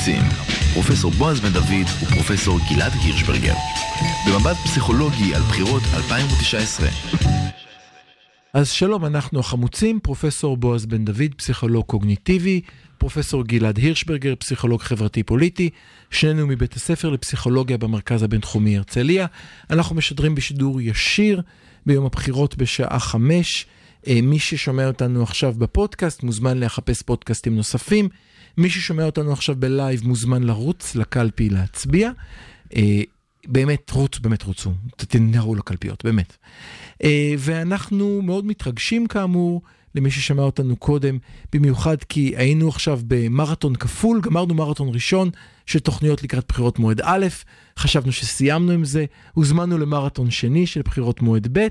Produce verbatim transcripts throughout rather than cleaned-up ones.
החמוצים, פרופסור בועז בן דוד ופרופסור גלעד הירשברגר. במבט פסיכולוגי על בחירות אלפיים תשע עשרה. אז שלום, אנחנו החמוצים, פרופסור בועז בן דוד, פסיכולוג קוגניטיבי, פרופסור גלעד הירשברגר, פסיכולוג חברתי פוליטי, שנינו מבית הספר לפסיכולוגיה במרכז הבינתחומי הרצליה. אנחנו משדרים בשידור ישיר ביום הבחירות בשעה חמש. מי ששומע אותנו עכשיו בפודקאסט מוזמן לחפש פודקאסטים נוספים. מי ששומע אותנו עכשיו בלייב מוזמן לרוץ לקלפי להצביע. באמת רוץ, באמת רוצו, תנהרו לקלפיות, באמת. ואנחנו מאוד מתרגשים כאמור, למי ששמע אותנו קודם, במיוחד כי היינו עכשיו במרתון כפול, גמרנו מרתון ראשון של תוכניות לקראת בחירות מועד א', חשבנו שסיימנו עם זה, הוזמנו למרתון שני של בחירות מועד ב',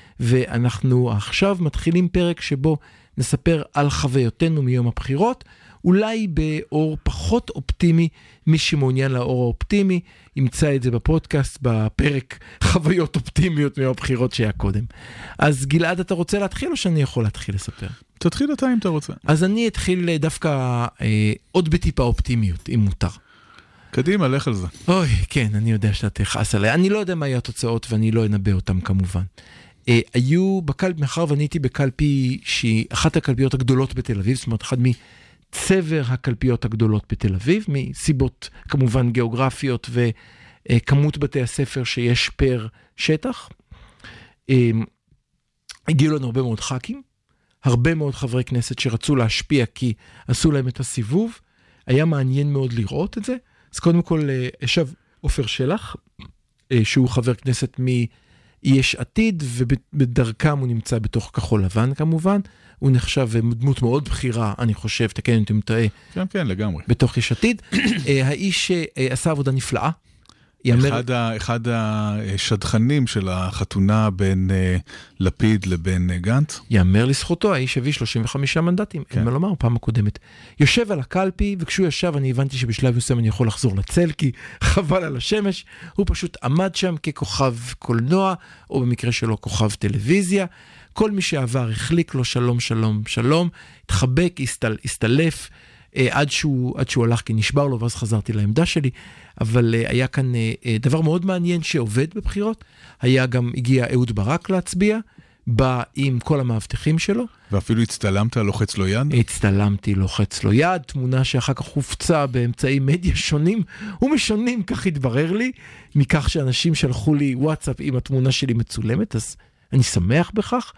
ואנחנו עכשיו מתחילים פרק שבו נספר על חוויותינו מיום הבחירות, אולי באור פחות אופטימי, מי שמעוניין לאור האופטימי, ימצא את זה בפודקאסט, בפרק חוויות אופטימיות מיום הבחירות שהיה קודם. אז גלעד, אתה רוצה להתחיל או שאני יכול להתחיל לספר? תתחיל אתה אם אתה רוצה. אז אני אתחיל דווקא אה, עוד בטיפה אופטימיות, אם מותר. קדימה, לך על זה. אוי, כן, אני יודע שאתה תכעס עליי. אני לא יודע מה יהיו התוצאות ואני לא אנבא אותם כמובן. Uh, היו בקלפי, מאחר ואני הייתי בקלפי שהיא אחת הקלפיות הגדולות בתל אביב, זאת אומרת, אחד מצבר הקלפיות הגדולות בתל אביב, מסיבות כמובן גיאוגרפיות וכמות בתי הספר שיש פר שטח. Uh, הגיעו לנו הרבה מאוד ח"כים, הרבה מאוד חברי כנסת שרצו להשפיע כי עשו להם את הסיבוב, היה מעניין מאוד לראות את זה. אז קודם כל, uh, ישב עופר שלח, uh, שהוא חבר כנסת מ... יש עתיד, ובדרכם הוא נמצא בתוך כחול לבן כמובן, הוא נחשב דמות מאוד בחירה, אני חושב, תקן אם אתם טועה. כן, כן, לגמרי. בתוך יש עתיד. האיש עשה עבודה נפלאה. אחד, ה, אחד השדכנים של החתונה בין לפיד לבין גנץ. יאמר לזכותו, האיש הביא שלושים וחמישה מנדטים, אין מה לומר, פעם הקודמת. יושב על הקלפי, וכשהוא ישב אני הבנתי שבשלב מסוים אני יכול לחזור לצל, כי חבל על השמש, הוא פשוט עמד שם ככוכב קולנוע, או במקרה שלו כוכב טלוויזיה, כל מי שעבר החליק לו שלום שלום שלום, התחבק, הסתל, הסתלף, עד שהוא, עד שהוא הלך כי נשבר לו, ואז חזרתי לעמדה שלי, אבל היה כאן דבר מאוד מעניין שעובד בבחירות, היה גם, הגיע אהוד ברק להצביע, בא עם כל המאבטחים שלו. ואפילו הצטלמת, לוחץ לו יד? הצטלמתי, לוחץ לו יד, תמונה שאחר כך הופצה באמצעי מדיה שונים, ומשונים, כך התברר לי, מכך שאנשים שלחו לי וואטסאפ עם התמונה שלי מצולמת, אז אני שמח בכך,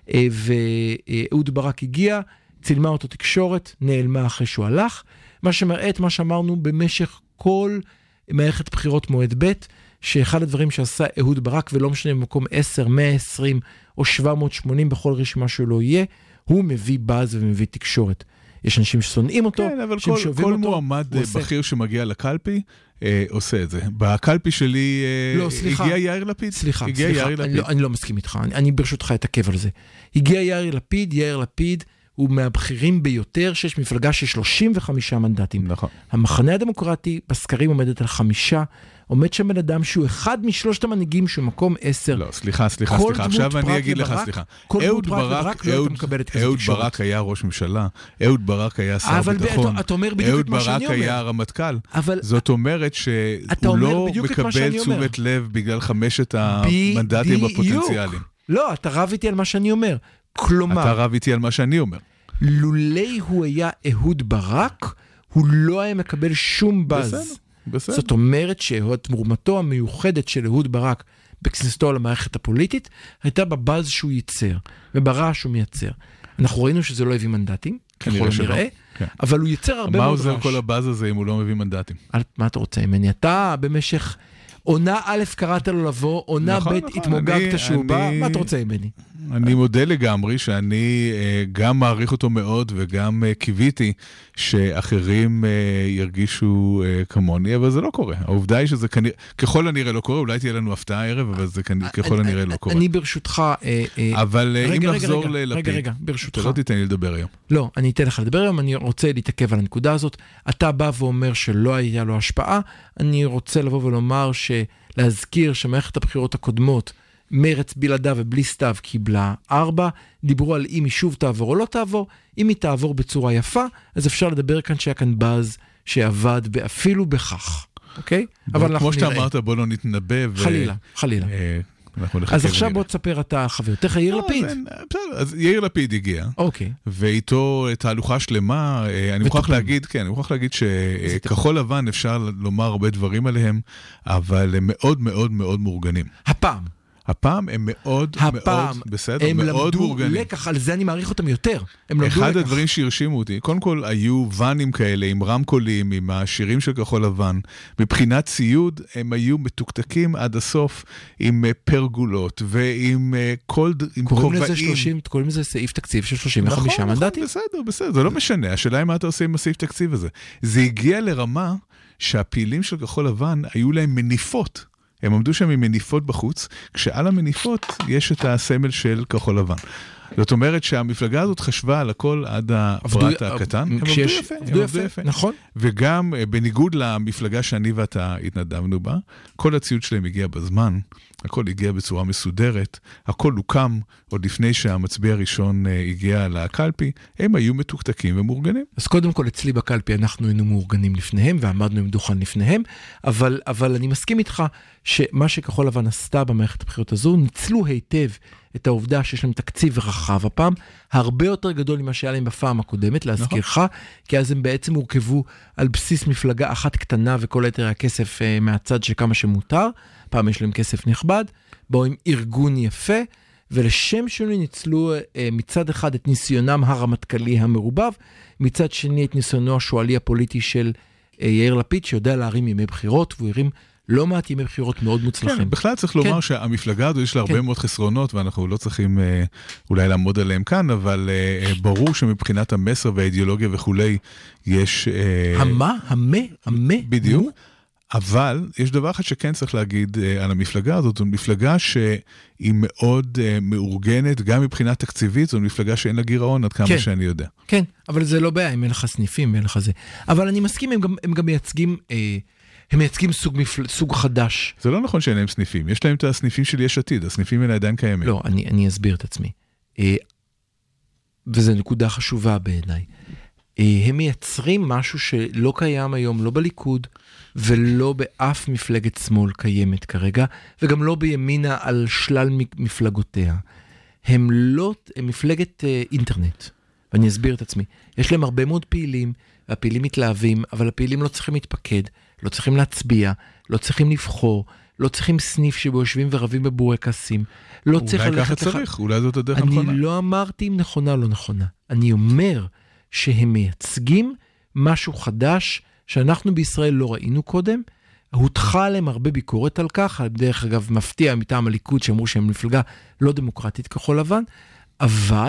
ואהוד ברק הגיע, צילמה אותו תקשורת, נעלמה אחרי שהוא הלך, מה שמראה את מה שאמרנו במשך כל מערכת בחירות מועד ב', שאחד הדברים שעשה אהוד ברק, ולא משנה במקום עשר, מאה ועשרים או שבע מאות ושמונים בכל רשימה שלו יהיה, הוא מביא באז ומביא תקשורת. יש אנשים ששונאים אותו, כן, אבל כל, כל אותו, מועמד בכיר שמגיע לקלפי, אה, עושה את זה. בקלפי שלי אה, לא, סליחה, הגיע יאיר לפיד. סליחה, הגיע סליחה, יאיר אני, לפיד. לא, אני לא מסכים איתך, אני, אני ברשותך אתעכב על זה. הגיע יאיר לפיד, יאיר לפיד, הוא מהבחירים ביותר שיש מפלגה של שלושים וחמישה מנדטים. נכון. המחנה הדמוקרטי בסקרים עומדת על חמישה, עומד שם בן אדם שהוא אחד משלושת המנהיגים שהוא מקום עשר. לא, סליחה, סליחה, סליחה. עכשיו אני אגיד לך, סליחה. אהוד ברק, אהוד ברק היה ראש ממשלה, אהוד ברק היה שר ביטחון, אהוד ברק היה רמטכ"ל. זאת אומרת שהוא לא מקבל תשומת לב בגלל חמשת המנדטים הפוטנציאליים. לא, אתה רב איתי על מה שאני אומר. כלומר, אתה רב איתי על מה שאני אומר. לולי הוא היה אהוד ברק, הוא לא היה מקבל שום בז. בסדר, בסדר. זאת אומרת שהתמורמתו המיוחדת של אהוד ברק בכניסתו למערכת הפוליטית, הייתה בבז שהוא ייצר, וברעש שהוא מייצר. אנחנו ראינו שזה לא הביא מנדטים, ככל הנראה, כן. אבל הוא ייצר הרבה מאוד רעש. מה עוזר כל הבז הזה אם הוא לא מביא מנדטים? מה אתה רוצה ממני? אתה במשך... עונה א' קראת לו לבוא, עונה ב' התמוגגת שהוא בא, מה אתה רוצה ממני? אני מודה לגמרי שאני גם מעריך אותו מאוד וגם קיוויתי שאחרים ירגישו כמוני, אבל זה לא קורה. העובדה היא שזה ככל הנראה לא קורה, אולי תהיה לנו הפתעה הערב, אבל זה ככל הנראה לא קורה. אני ברשותך... אבל אם נחזור ללפיד, רגע, רגע, ברשותך. אתה לא תיתן לי לדבר היום. לא, אני אתן לך לדבר היום, אני רוצה להתעכב על הנקודה הזאת. אתה בא ואומר שלא היה לו השפעה, אני רוצה לבוא ולומר שלהזכיר שמערכת הבחירות הקודמות, מרץ בלעדיו ובלי סתיו קיבלה ארבע, דיברו על אם היא שוב תעבור או לא תעבור, אם היא תעבור בצורה יפה, אז אפשר לדבר כאן שהיה כאן באז שעבד אפילו בכך, אוקיי? אבל כמו שאתה אמרת, בוא לא נתנבא. חלילה, חלילה. אז עכשיו בוא תספר אתה חברתך יאיר לפיד. אז יאיר לפיד הגיע, ואיתו תהלוכה שלמה, אני מוכרח להגיד, כן, אני מוכרח להגיד שכחול לבן אפשר לומר הרבה דברים עליהם, אבל הם מאוד מאוד מאוד מאורגנים. הפעם. הפעם הם מאוד מאוד, בסדר, מאוד מאורגנים. הם למדו לקח, על זה אני מעריך אותם יותר. אחד הדברים שהרשימו אותי, קודם כל היו ונים כאלה, עם רמקולים, עם השירים של כחול לבן. מבחינת ציוד, הם היו מתוקתקים עד הסוף, עם פרגולות, ועם כל, עם כובעים. קוראים לזה סעיף תקציב של שלושים וחמישה מנדטים. בסדר, בסדר, זה לא משנה. השאלה היא מה אתה עושה עם הסעיף תקציב הזה. זה הגיע לרמה שהפעילים של כחול לבן היו להם מניפות. הם עמדו שם עם מניפות בחוץ, כשעל המניפות יש את הסמל של כחול לבן. זאת אומרת שהמפלגה הזאת חשבה על הכל עד הפרט הקטן. הם עבדו יפה, הם עבדו יפה. נכון. וגם בניגוד למפלגה שאני ואתה התנדבנו בה, כל הציוד שלהם הגיע בזמן, הכל הגיע בצורה מסודרת, הכל הוקם עוד לפני שהמצביע הראשון הגיע לקלפי, הם היו מתוקתקים ומאורגנים. אז קודם כל אצלי בקלפי אנחנו היינו מאורגנים לפניהם, ועמדנו עם דוכן לפניהם, אבל, אבל אני מסכים איתך שמה שכחול לבן עשתה במערכת הבחירות הזו, ניצלו היטב את העובדה שיש להם תקציב רחב הפעם, הרבה יותר גדול ממה שהיה להם בפעם הקודמת, להזכירך, כי אז הם בעצם הורכבו על בסיס מפלגה אחת קטנה, וכל היתר הכסף מהצד שכמה שמותר, פעם יש להם כסף נכבד, באו עם ארגון יפה, ולשם שני ניצלו מצד אחד את ניסיונם הרמטכ"לי המרובב, מצד שני את ניסיונו השואלי הפוליטי של יאיר לפיד, שיודע להרים ימי בחירות, והוא הרים לא מעט ימי בחירות מאוד מוצלחים. כן, בכלל צריך לומר שהמפלגה הזו יש לה הרבה מאוד חסרונות, ואנחנו לא צריכים אולי לעמוד עליהם כאן, אבל ברור שמבחינת המסר והאידיאולוגיה וכולי, יש... המה? המה? המה? בדיוק. אבל יש דבר אחד שכן צריך להגיד על המפלגה הזאת, זו מפלגה שהיא מאוד מאורגנת, גם מבחינת תקציבית, זו מפלגה שאין לה גירעון עד כמה שאני יודע. כן, אבל זה לא בעיה, אם אין לך סניפים, אין לך זה. אבל אני מסכים, הם גם, הם גם מייצגים... הם מייצגים סוג, מפל... סוג חדש. זה לא נכון שאין להם סניפים. יש להם את הסניפים של יש עתיד. הסניפים האלה עדיין קיימים. לא, אני, אני אסביר את עצמי. וזו נקודה חשובה בעיניי. הם מייצרים משהו שלא קיים היום, לא בליכוד, ולא באף מפלגת שמאל קיימת כרגע, וגם לא בימינה על שלל מפלגותיה. הם לא, הם מפלגת אינטרנט. ואני אסביר את עצמי. יש להם הרבה מאוד פעילים, והפעילים מתלהבים, אבל הפעילים לא צריכים להתפקד, לא צריכים להצביע, לא צריכים לבחור, לא צריכים סניף שבו יושבים ורבים בבורקסים. לא צריך אולי ככה צריך, לח... אולי זאת הדרך הנכונה. אני לא אמרתי אם נכונה או לא נכונה. אני אומר שהם מייצגים משהו חדש שאנחנו בישראל לא ראינו קודם, הותחה עליהם הרבה ביקורת על כך, דרך אגב מפתיע מטעם הליכוד שאמרו שהם מפלגה לא דמוקרטית כחול לבן, אבל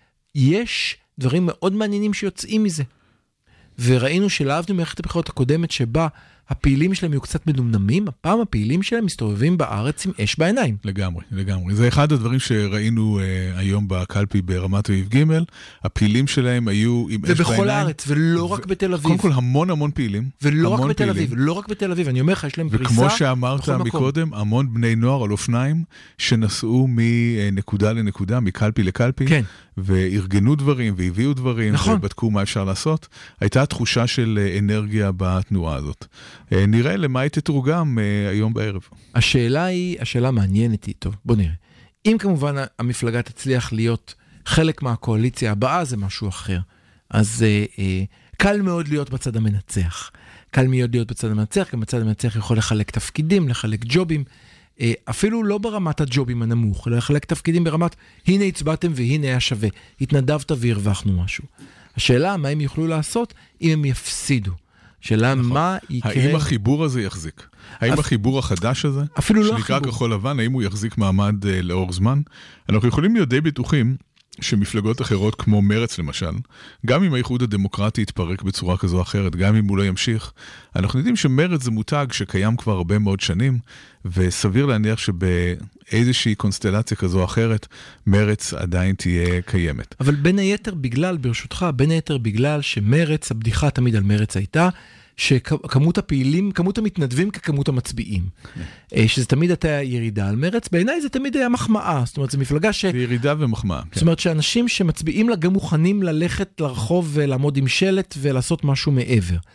יש דברים מאוד מעניינים שיוצאים מזה. וראינו שלהבדיל ממערכת הבחירות הקודמת שבה הפעילים שלהם יהיו קצת מדומנמים, הפעם הפעילים שלהם מסתובבים בארץ עם אש בעיניים. לגמרי, לגמרי. זה אחד הדברים שראינו uh, היום בקלפי ברמת אביב ג', הפעילים שלהם היו עם אש בעיניים. ובכל הארץ, ולא רק בתל אביב. קודם כל המון המון פעילים. ולא רק בתל אביב, לא רק בתל אביב. אני אומר לך, יש להם פריסה. וכמו שאמרת מקודם, המון בני נוער על אופניים, שנסעו מנקודה לנקודה, מקלפי לקלפי, כן. וארגנו דברים, והביאו דברים, נכון. ובדקו מה אפשר לעשות. הייתה תחושה של אנרגיה בתנועה הזאת. נראה למה היא תתורגם היום בערב. השאלה היא, השאלה מעניינת היא, טוב, בוא נראה. אם כמובן המפלגה תצליח להיות חלק מהקואליציה הבאה, זה משהו אחר. אז אה, אה, קל מאוד להיות בצד המנצח. קל מאוד להיות בצד המנצח, גם בצד המנצח יכול לחלק תפקידים, לחלק ג'ובים, אה, אפילו לא ברמת הג'ובים הנמוך, אלא לחלק תפקידים ברמת, הנה הצבעתם והנה היה שווה. התנדבת והרווחנו משהו. השאלה, מה הם יוכלו לעשות אם הם יפסידו? שאלה נכון. מה יקרה... האם החיבור הזה יחזיק? האם אפ... החיבור החדש הזה, אפילו שנקרא לא החיבור. כחול לבן, האם הוא יחזיק מעמד אה, לאור זמן? אנחנו יכולים להיות די בטוחים שמפלגות אחרות כמו מרץ למשל, גם אם האיחוד הדמוקרטי יתפרק בצורה כזו או אחרת, גם אם הוא לא ימשיך, אנחנו יודעים שמרץ זה מותג שקיים כבר הרבה מאוד שנים, וסביר להניח שבאיזושהי קונסטלציה כזו או אחרת, מרץ עדיין תהיה קיימת. אבל בין היתר בגלל, ברשותך, בין היתר בגלל שמרץ, הבדיחה תמיד על מרץ הייתה, שכמות הפעילים, כמות המתנדבים ככמות המצביעים. שזה תמיד הייתה ירידה על מרץ, בעיניי זה תמיד היה מחמאה, זאת אומרת, זו מפלגה ש... ירידה ומחמאה. זאת אומרת, שאנשים שמצביעים לה גם מוכנים ללכת לרחוב ולעמוד עם שלט ולעשות משהו מעבר.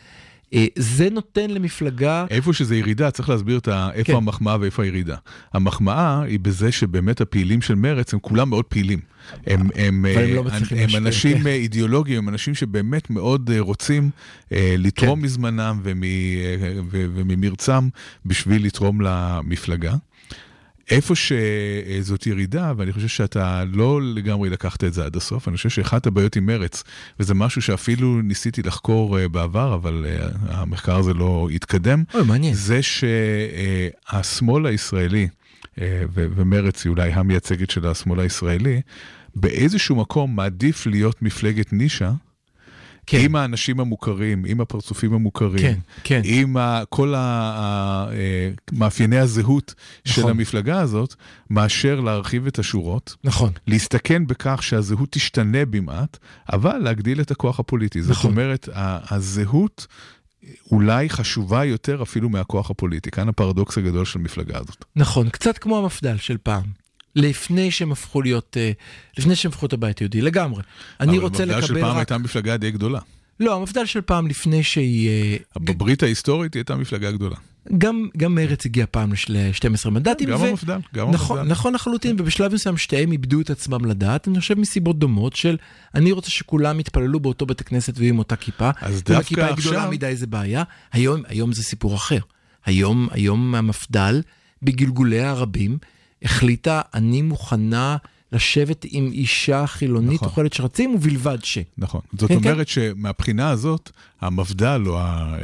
זה נותן למפלגה... איפה שזה ירידה, צריך להסביר את ה... איפה כן. המחמאה ואיפה הירידה. המחמאה היא בזה שבאמת הפעילים של מרץ הם כולם מאוד פעילים. הם, הם, הם, לא הם, הם אנשים כן. אידיאולוגיים, הם אנשים שבאמת מאוד רוצים לתרום כן. מזמנם ומ, וממרצם בשביל לתרום למפלגה. איפה שזאת ירידה, ואני חושב שאתה לא לגמרי לקחת את זה עד הסוף, אני חושב שאחת הבעיות עם מרץ, וזה משהו שאפילו ניסיתי לחקור בעבר, אבל המחקר הזה לא התקדם, זה שהשמאל הישראלי, ומרץ היא אולי המייצגת של השמאל הישראלי, באיזשהו מקום מעדיף להיות מפלגת נישה, כן. עם האנשים המוכרים, עם הפרצופים המוכרים, כן, כן. עם ה, כל המאפייני הזהות נכון. של המפלגה הזאת, מאשר להרחיב את השורות, נכון. להסתכן בכך שהזהות תשתנה במעט, אבל להגדיל את הכוח הפוליטי. נכון. זאת אומרת, הזהות אולי חשובה יותר אפילו מהכוח הפוליטי. כאן הפרדוקס הגדול של המפלגה הזאת. נכון, קצת כמו המפד"ל של פעם. לפני שהם הפכו להיות, לפני שהם הפכו את הבית היהודי, לגמרי. אני רוצה לקבל רק... המפד"ל של פעם הייתה מפלגה די גדולה. לא, המפד"ל של פעם לפני שהיא... בברית ההיסטורית היא הייתה מפלגה גדולה. גם, גם מרץ הגיע פעם ל-שנים עשר מנדטים. גם המפד"ל, גם נכון, המפד"ל. נכון לחלוטין, ובשלב מסוים שתיהם איבדו את עצמם לדעת, אני חושב מסיבות דומות של, אני רוצה שכולם יתפללו באותו בית הכנסת ועם אותה כיפה. אז דווקא הכיפה היא גדולה מדי, זה בעיה. היום, היום זה סיפור אחר. היום, היום המפד"ל, בגלגוליה הרבים, החליטה, אני מוכנה לשבת עם אישה חילונית, נכון. אוכלת שרצים, ובלבד ש... נכון. זאת כן, אומרת כן? שמהבחינה הזאת, המפד"ל או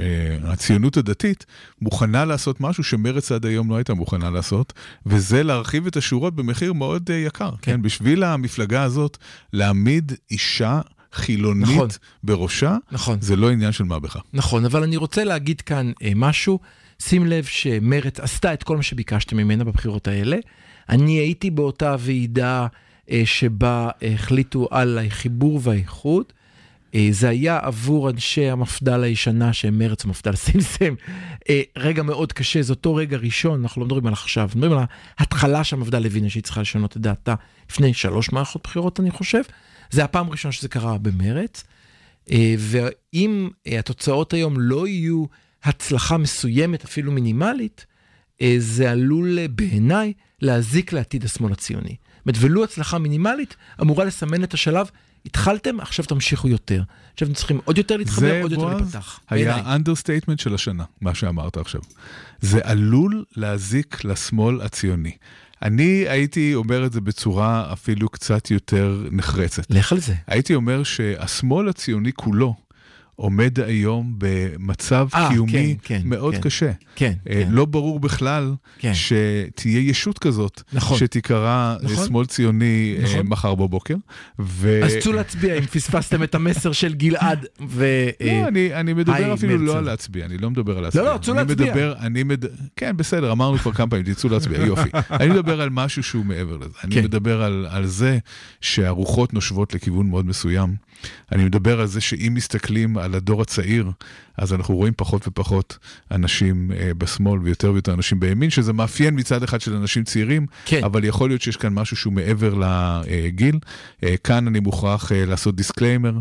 הציונות הדתית, מוכנה לעשות משהו שמרץ עד היום לא הייתה מוכנה לעשות, וזה להרחיב את השורות במחיר מאוד יקר. כן. כן? בשביל המפלגה הזאת, להעמיד אישה חילונית נכון. בראשה, נכון. זה לא עניין של מה בך. נכון, אבל אני רוצה להגיד כאן אה, משהו, שים לב שמרץ עשתה את כל מה שביקשתם ממנה בבחירות האלה, אני הייתי באותה ועידה אה, שבה אה, החליטו על החיבור והאיחוד, אה, זה היה עבור אנשי המפד"ל הישנה, שהם מרץ המפד"ל, שים שים, אה, רגע מאוד קשה, זה אותו רגע ראשון, אנחנו לא מדברים על עכשיו, מדברים על ההתחלה שהמפד"ל הבינה שהיא צריכה לשנות את דעתה, לפני שלוש מערכות בחירות אני חושב, זה הפעם הראשונה שזה קרה במרץ, אה, ואם אה, התוצאות היום לא יהיו הצלחה מסוימת, אפילו מינימלית, אה, זה עלול בעיניי, להזיק לעתיד השמאל הציוני. ולו הצלחה מינימלית אמורה לסמן את השלב, התחלתם, עכשיו תמשיכו יותר. עכשיו אתם צריכים עוד יותר להתחבר, עוד יותר לפתח. זה היה האנדרסטייטמנט של השנה, מה שאמרת עכשיו. זה עלול להזיק לשמאל הציוני. אני הייתי אומר את זה בצורה אפילו קצת יותר נחרצת. לך על זה. הייתי אומר שהשמאל הציוני כולו, עומד היום במצב 아, קיומי כן, כן, מאוד כן, קשה. כן, כן. לא ברור בכלל כן. שתהיה ישות כזאת, נכון. שתיקרא נכון. שמאל ציוני נכון. מחר בבוקר. ו... אז צאו להצביע אם פספסתם את המסר של גלעד ו... לא, אני, אני מדבר אפילו מרצה. לא על להצביע, אני לא מדבר על להצביע. לא, לא, צאו להצביע. מדבר, אני מד... כן, בסדר, אמרנו כבר כמה פעמים, תצאו להצביע, יופי. אני מדבר על משהו שהוא מעבר לזה. אני כן. מדבר על, על זה שהרוחות נושבות לכיוון מאוד מסוים. אני מדבר על זה שאם מסתכלים על הדור הצעיר, אז אנחנו רואים פחות ופחות אנשים אה, בשמאל, ויותר ויותר אנשים בימין, שזה מאפיין מצד אחד של אנשים צעירים, כן. אבל יכול להיות שיש כאן משהו שהוא מעבר לגיל. אה, כאן אני מוכרח אה, לעשות דיסקליימר,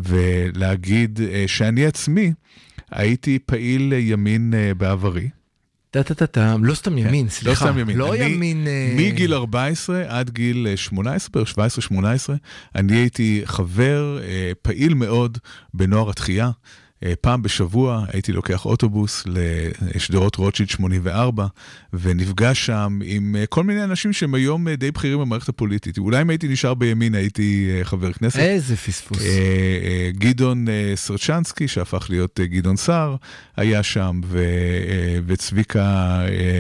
ולהגיד אה, שאני עצמי הייתי פעיל ימין אה, בעברי. טה-טה-טה, לא סתם ימין, סליחה. לא סתם ימין. לא ימין... מגיל ארבע עשרה עד גיל שמונה עשרה, שבע עשרה שמונה עשרה, אני הייתי חבר פעיל מאוד בנוער התחייה. פעם בשבוע הייתי לוקח אוטובוס לשדרות רוטשילד שמונים וארבע, ונפגש שם עם כל מיני אנשים שהם היום די בכירים במערכת הפוליטית. אולי אם הייתי נשאר בימין, הייתי חבר כנסת. איזה פספוס. גדעון סרצ'נסקי, שהפך להיות גדעון סער, היה שם, וצביקה...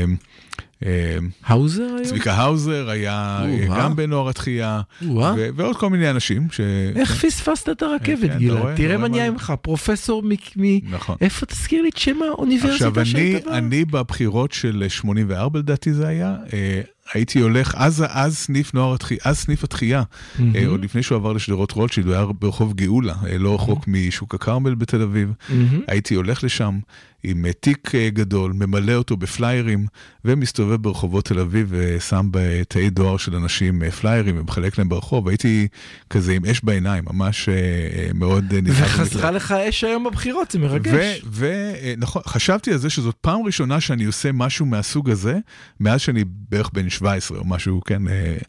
האוזר היה? צביקה האוזר היה גם בנוער התחייה, ועוד כל מיני אנשים. איך פספסת את הרכבת, גלעד? תראה מה נהיה ממך, פרופסור מי... איפה תזכיר לי את שם האוניברסיטה שהיית בה? עכשיו, אני בבחירות של שמונים וארבע, לדעתי זה היה, הייתי הולך, אז, אז סניף נוער התחייה, אז סניף התחייה, mm-hmm. עוד לפני שהוא עבר לשדרות רוטשילד, הוא היה ברחוב גאולה, לא רחוק mm-hmm. משוק הכרמל בתל אביב, mm-hmm. הייתי הולך לשם, עם תיק גדול, ממלא אותו בפליירים, ומסתובב ברחובות תל אביב, ושם בתאי דואר של אנשים פליירים, ומחלק להם ברחוב, הייתי כזה עם אש בעיניים, ממש מאוד נדהר. וחזרה לך אש היום בבחירות, זה מרגש. ונכון, חשבתי על זה שזאת פעם ראשונה שאני עושה משהו מהסוג הזה, מאז שאני בערך בן שבע עשרה, או משהו, כן,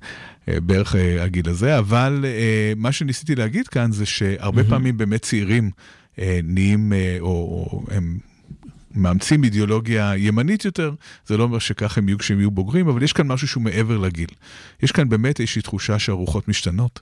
בערך הגיל הזה, אבל מה שניסיתי להגיד כאן, זה שהרבה פעמים באמת צעירים נהיים, או הם מאמצים אידיאולוגיה ימנית יותר, זה לא אומר שכך הם יהיו כשהם יהיו בוגרים, אבל יש כאן משהו שהוא מעבר לגיל. יש כאן באמת איזושהי תחושה שהרוחות משתנות,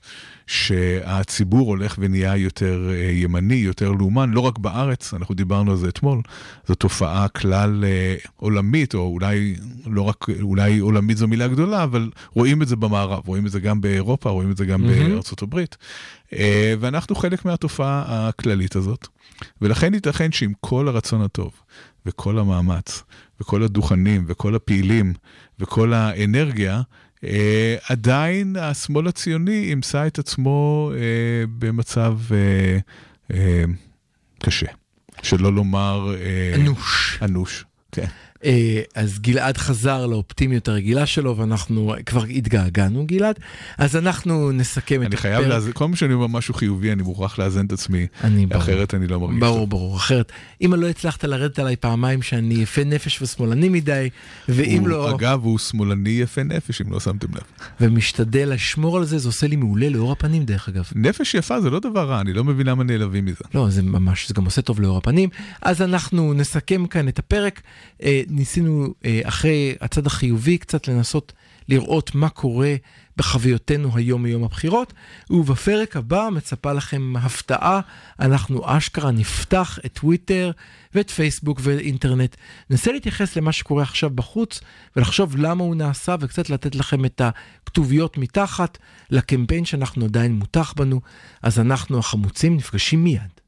שהציבור הולך ונהיה יותר ימני, יותר לאומן, לא רק בארץ, אנחנו דיברנו על זה אתמול, זו תופעה כלל עולמית, או אולי, לא רק, אולי עולמית זו מילה גדולה, אבל רואים את זה במערב, רואים את זה גם באירופה, רואים את זה גם mm-hmm. בארצות הברית, ואנחנו חלק מהתופעה הכללית הזאת. ולכן ייתכן שעם כל הרצון הטוב, וכל המאמץ, וכל הדוכנים, וכל הפעילים, וכל האנרגיה, אה, עדיין השמאל הציוני ימצא את עצמו אה, במצב אה, אה, קשה. שלא לומר... אה, אנוש. אנוש, כן. אז גלעד חזר לאופטימיות הרגילה שלו, ואנחנו כבר התגעגענו, גלעד, אז אנחנו נסכם את הפרק. אני חייב להזן, כל מה שאני אומר משהו חיובי, אני מוכרח להזן את עצמי, אחרת אני לא מרגיש. ברור, ברור, אחרת. אם לא הצלחת לרדת עליי פעמיים שאני יפה נפש ושמאלני מדי, ואם לא... אגב, הוא שמאלני יפה נפש, אם לא שמתם לב. ומשתדל לשמור על זה, זה עושה לי מעולה לאור הפנים, דרך אגב. נפש יפה זה לא דבר רע, אני לא מבין למה נעלבים מזה. לא, זה ממש, זה גם עושה טוב לאור הפנים. אז אנחנו נסכם כאן את הפרק. ניסינו אחרי הצד החיובי קצת לנסות לראות מה קורה בחוויותינו היום מיום הבחירות, ובפרק הבא מצפה לכם הפתעה, אנחנו אשכרה נפתח את טוויטר ואת פייסבוק ואינטרנט, ננסה להתייחס למה שקורה עכשיו בחוץ, ולחשוב למה הוא נעשה, וקצת לתת לכם את הכתוביות מתחת לקמפיין שאנחנו עדיין מותח בנו, אז אנחנו החמוצים נפגשים מיד.